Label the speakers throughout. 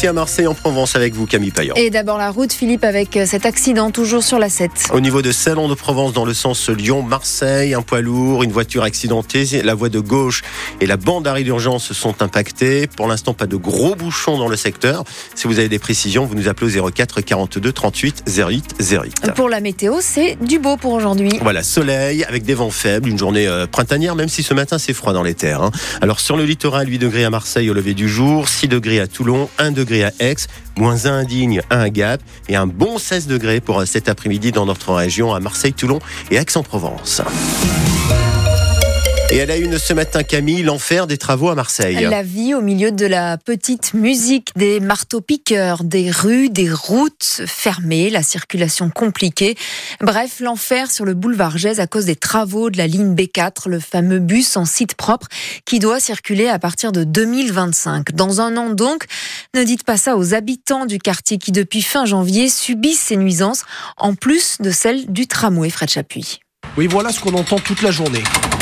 Speaker 1: ici à Marseille en Provence avec vous, Camille Payan.
Speaker 2: Et d'abord la route, Philippe, avec cet accident toujours sur la 7.
Speaker 1: Au niveau de Salon de Provence dans le sens Lyon-Marseille, un poids lourd, une voiture accidentée, la voie de gauche et la bande d'arrêt d'urgence sont impactées. Pour l'instant, pas de gros bouchons dans le secteur. Si vous avez des précisions, vous nous appelez au 04 42 38 08 08.
Speaker 2: Pour la météo, c'est du beau pour aujourd'hui.
Speaker 1: Voilà, soleil avec des vents faibles, une journée printanière, même si ce matin c'est froid dans les terres. Alors sur le littoral, 8 degrés à Marseille au lever du jour, 6 degrés à Toulon, 1 degré à Aix, moins 1 à Digne, 1 à Gap et un bon 16 degrés pour cet après-midi dans notre région à Marseille, Toulon et Aix-en-Provence. Et à la une ce matin, Camille, l'enfer des travaux à Marseille.
Speaker 2: La vie au milieu de la petite musique, des marteaux-piqueurs, des rues, des routes fermées, la circulation compliquée. Bref, l'enfer sur le boulevard Gèze à cause des travaux de la ligne B4, le fameux bus en site propre qui doit circuler à partir de 2025. Dans un an donc, ne dites pas ça aux habitants du quartier qui depuis fin janvier subissent ces nuisances, en plus de celles du tramway Fred Chapuis.
Speaker 3: Oui, voilà ce qu'on entend toute la journée.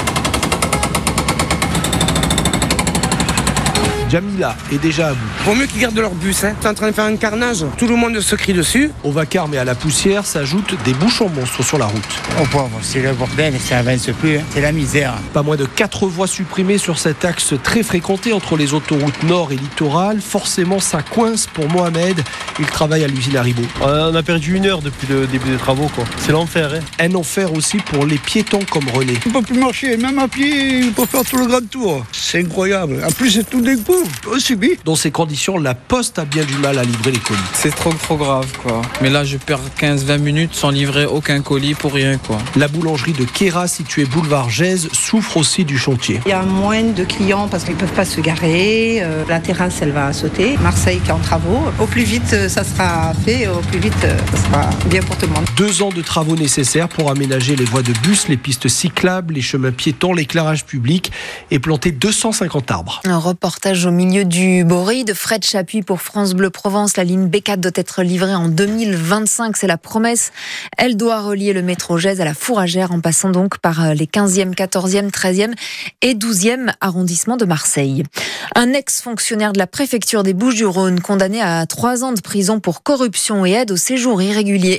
Speaker 3: Jamila est déjà à bout.
Speaker 4: Vaut mieux qu'ils gardent leur bus, T'es en train de faire un carnage. Tout le monde se crie dessus.
Speaker 3: Au vacarme et à la poussière s'ajoutent des bouchons monstres sur la route.
Speaker 5: Oh pauvre, c'est le bordel, ça avance plus, c'est la misère.
Speaker 3: Pas moins de 4 voies supprimées sur cet axe très fréquenté entre les autoroutes nord et littoral. Forcément, ça coince pour Mohamed. Il travaille à l'usine Haribo.
Speaker 6: On a perdu 1 heure depuis le début des travaux, quoi. C'est l'enfer,
Speaker 3: Un enfer aussi pour les piétons comme René.
Speaker 7: On ne peut plus marcher, même à pied, on peut faire tout le grand tour. C'est incroyable. En plus, c'est tout d'un coup. On subit.
Speaker 3: Dans ces conditions, la Poste a bien du mal à livrer les colis.
Speaker 8: C'est trop grave, quoi. Mais là, je perds 15-20 minutes sans livrer aucun colis pour rien, quoi.
Speaker 3: La boulangerie de Kéra, située boulevard Gèze, souffre aussi du chantier.
Speaker 9: Il y a moins de clients parce qu'ils ne peuvent pas se garer. La terrasse, elle va sauter. Marseille qui est en travaux. Au plus vite, ça sera fait. Au plus vite, ça sera bien pour tout le monde. 2
Speaker 3: ans de travaux nécessaires pour aménager les voies de bus, les pistes cyclables, les chemins piétons, l'éclairage public et planter 250 arbres.
Speaker 2: Un reportage au milieu du Bory de Fred Chapuis pour France Bleu Provence. La ligne B4 doit être livrée en 2025, c'est la promesse. Elle doit relier le métro Gèze à la Fourragère en passant donc par les 15e, 14e, 13e et 12e arrondissements de Marseille. Un ex-fonctionnaire de la préfecture des Bouches-du-Rhône condamné à 3 ans de prison pour corruption et aide au séjour irrégulier.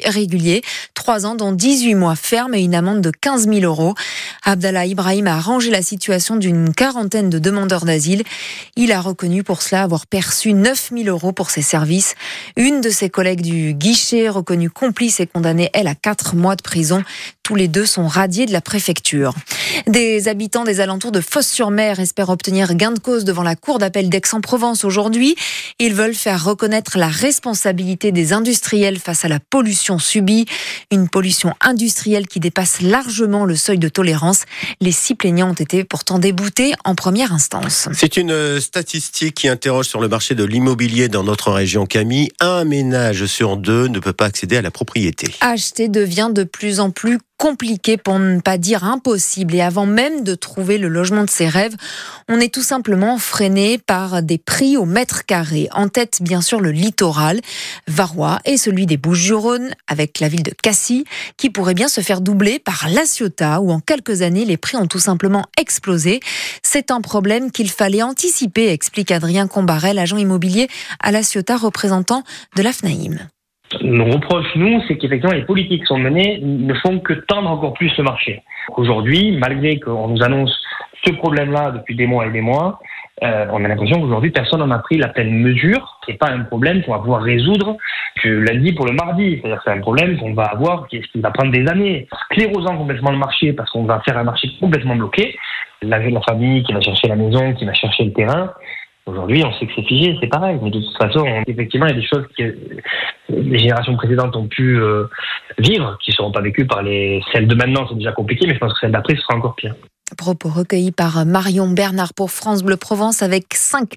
Speaker 2: 3 ans dont 18 mois ferme et une amende de 15 000 €. Abdallah Ibrahim a arrangé la situation d'une quarantaine de demandeurs d'asile. Il a reconnu pour cela avoir perçu 9 000 € pour ses services. Une de ses collègues du guichet, reconnue complice et condamnée, elle, à 4 mois de prison. Tous les deux sont radiés de la préfecture. Des habitants des alentours de Fos-sur-Mer espèrent obtenir gain de cause devant la cour d'appel d'Aix-en-Provence aujourd'hui. Ils veulent faire reconnaître la responsabilité des industriels face à la pollution subie. Une pollution industrielle qui dépasse largement le seuil de tolérance. Les 6 plaignants ont été pourtant déboutés en première instance.
Speaker 1: C'est une statistique qui interroge sur le marché de l'immobilier dans notre région, Camille. 1 ménage sur 2 ne peut pas accéder à la propriété.
Speaker 2: Acheter devient de plus en plus compliqué, pour ne pas dire impossible. Et avant même de trouver le logement de ses rêves, on est tout simplement freiné par des prix au mètre carré. En tête, bien sûr, le littoral varois et celui des Bouches-du-Rhône, avec la ville de Cassis, qui pourrait bien se faire doubler par La Ciotat, où en quelques années, les prix ont tout simplement explosé. C'est un problème qu'il fallait anticiper, explique Adrien Combarel, agent immobilier à La Ciotat, représentant de la FNAIM.
Speaker 10: Nos reproches, nous, c'est qu'effectivement les politiques qui sont menées ne font que tendre encore plus le marché. Aujourd'hui, malgré qu'on nous annonce ce problème-là depuis des mois et des mois, on a l'impression qu'aujourd'hui personne n'en a pris la pleine mesure. C'est pas un problème qu'on va pouvoir résoudre que lundi pour le mardi. C'est-à-dire que c'est un problème qu'on va avoir qui va prendre des années, sclérosant complètement le marché parce qu'on va faire un marché complètement bloqué. La famille qui va chercher la maison, qui va chercher le terrain. Aujourd'hui, on sait que c'est figé, c'est pareil. Mais de toute façon, effectivement, il y a des choses que les générations précédentes ont pu vivre, qui ne seront pas vécues par celles de maintenant. C'est déjà compliqué, mais je pense que celles d'après, ce sera encore pire.
Speaker 2: Propos recueillis par Marion Bernard pour France Bleu Provence avec 5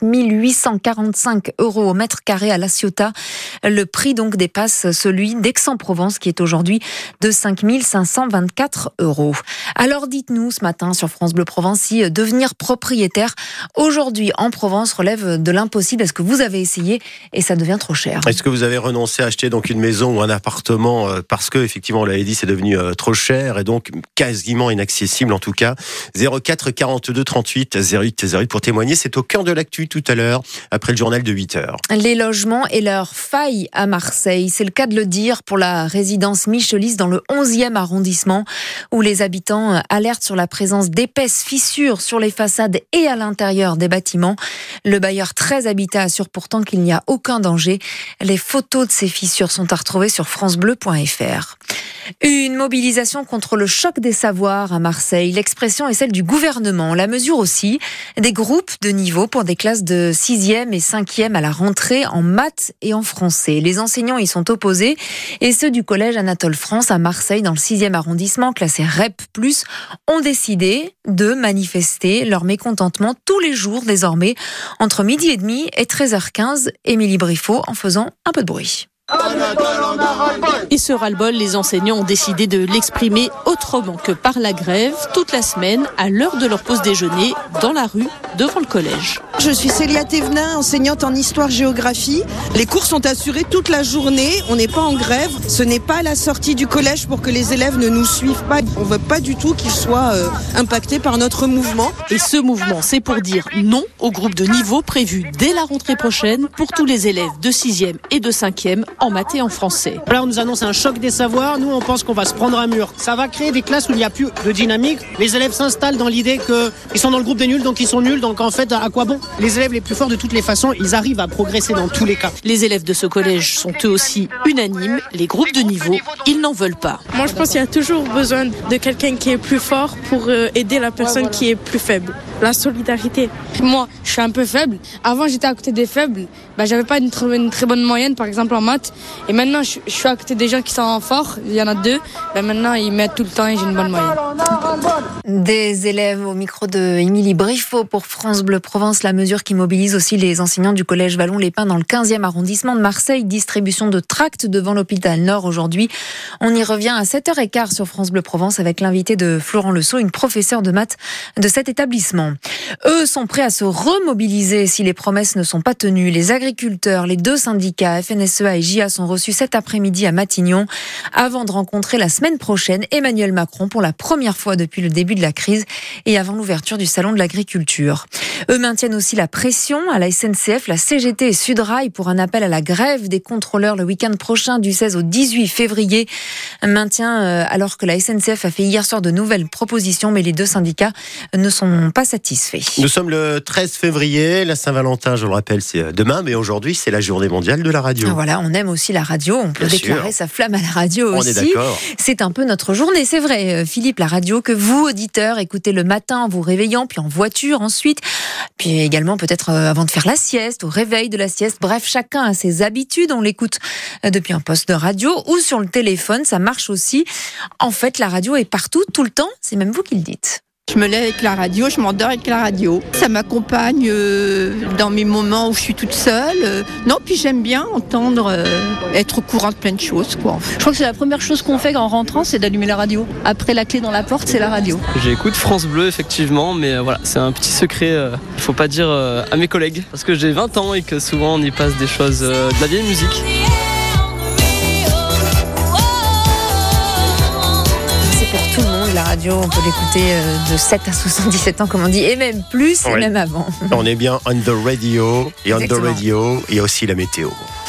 Speaker 2: 845 € au mètre carré à La Ciotat. Le prix donc dépasse celui d'Aix-en-Provence qui est aujourd'hui de 5 524 €. Alors dites-nous ce matin sur France Bleu Provence si devenir propriétaire aujourd'hui en Provence relève de l'impossible. Est-ce que vous avez essayé et ça devient trop cher?
Speaker 1: Est-ce que vous avez renoncé à acheter donc une maison ou un appartement parce que effectivement on l'avait dit c'est devenu trop cher et donc quasiment inaccessible en tout cas? 04 42 38 08 08 pour témoigner. C'est au cœur de l'actu tout à l'heure, après le journal de 8h.
Speaker 2: Les logements et leurs failles à Marseille. C'est le cas de le dire pour la résidence Michelis dans le 11e arrondissement, où les habitants alertent sur la présence d'épaisses fissures sur les façades et à l'intérieur des bâtiments. Le bailleur très habité assure pourtant qu'il n'y a aucun danger. Les photos de ces fissures sont à retrouver sur francebleu.fr. Une mobilisation contre le choc des savoirs à Marseille. L'expression est celle du gouvernement. La mesure aussi, des groupes de niveau pour des classes de 6e et 5e à la rentrée en maths et en français. Les enseignants y sont opposés et ceux du collège Anatole France à Marseille dans le 6e arrondissement, classé REP+, ont décidé de manifester leur mécontentement tous les jours désormais entre 12h30 et 13h15. Émilie Briffaut en faisant un peu de bruit.
Speaker 11: Et ce ras-le-bol, les enseignants ont décidé de l'exprimer autrement que par la grève, toute la semaine, à l'heure de leur pause déjeuner, dans la rue, devant le collège.
Speaker 12: Je suis Célia Thévenin, enseignante en histoire-géographie. Les cours sont assurés toute la journée, on n'est pas en grève. Ce n'est pas la sortie du collège pour que les élèves ne nous suivent pas. On ne veut pas du tout qu'ils soient impactés par notre mouvement.
Speaker 11: Et ce mouvement, c'est pour dire non au groupe de niveau prévu dès la rentrée prochaine pour tous les élèves de 6e et de 5e en maths et en français.
Speaker 13: Là, on nous annonce un choc des savoirs. Nous, on pense qu'on va se prendre un mur. Ça va créer des classes où il n'y a plus de dynamique. Les élèves s'installent dans l'idée qu'ils sont dans le groupe des nuls, donc ils sont nuls. Donc en fait, à quoi bon ? Les élèves les plus forts, de toutes les façons, ils arrivent à progresser dans tous les cas.
Speaker 11: Les élèves de ce collège sont eux aussi unanimes. Les groupes de niveau, ils n'en veulent pas.
Speaker 14: Moi, je pense qu'il y a toujours besoin de quelqu'un qui est plus fort pour aider la personne qui est plus faible. La solidarité.
Speaker 15: Moi, je suis un peu faible. Avant, j'étais à côté des faibles. J'avais pas une très bonne moyenne, par exemple en maths. Et maintenant, je suis à côté des gens qui sont forts. Il y en a 2. Maintenant, ils m'aident tout le temps et j'ai une bonne moyenne.
Speaker 2: Des élèves au micro de Émilie Briffaut pour France Bleu Provence. La mesure qui mobilise aussi les enseignants du collège Vallon-les-Pins dans le 15e arrondissement de Marseille. Distribution de tracts devant l'hôpital Nord aujourd'hui. On y revient à 7h15 sur France Bleu Provence avec l'invité de Florent Lesault, une professeure de maths de cet établissement. Eux sont prêts à se remobiliser si les promesses ne sont pas tenues. Les agriculteurs, les 2 syndicats, FNSEA et JA, sont reçus cet après-midi à Matignon avant de rencontrer la semaine prochaine Emmanuel Macron pour la première fois depuis le début de la crise et avant l'ouverture du salon de l'agriculture. Eux maintiennent aussi la pression à la SNCF, la CGT et Sudrail pour un appel à la grève des contrôleurs le week-end prochain du 16 au 18 février. Maintien alors que la SNCF a fait hier soir de nouvelles propositions, mais les 2 syndicats ne sont pas satisfaits.
Speaker 1: Nous sommes le 13 février, la Saint-Valentin, je le rappelle, c'est demain, mais aujourd'hui c'est la journée mondiale de la radio.
Speaker 2: Voilà, on aime aussi la radio, on peut déclarer sa flamme à la radio aussi.
Speaker 1: On est d'accord.
Speaker 2: C'est un peu notre journée, c'est vrai, Philippe, la radio que vous, auditeurs, écoutez le matin en vous réveillant, puis en voiture ensuite, puis également peut-être avant de faire la sieste, au réveil de la sieste. Bref, chacun a ses habitudes, on l'écoute depuis un poste de radio ou sur le téléphone, ça marche aussi. En fait, la radio est partout, tout le temps, c'est même vous qui le dites.
Speaker 16: Je me lève avec la radio, je m'endors avec la radio. Ça m'accompagne dans mes moments où je suis toute seule. Non, puis j'aime bien entendre, être au courant de plein de choses, quoi.
Speaker 17: Je crois que c'est la première chose qu'on fait en rentrant, c'est d'allumer la radio. Après la clé dans la porte, c'est la radio.
Speaker 18: J'écoute France Bleu, effectivement, mais voilà, c'est un petit secret. Il faut pas dire à mes collègues, parce que j'ai 20 ans et que souvent on y passe des choses, de la vieille musique.
Speaker 2: Tout le monde, la radio, on peut l'écouter de 7 à 77 ans, comme on dit, et même plus, et même avant.
Speaker 1: On est bien on the radio, et on the radio, il y a aussi la météo.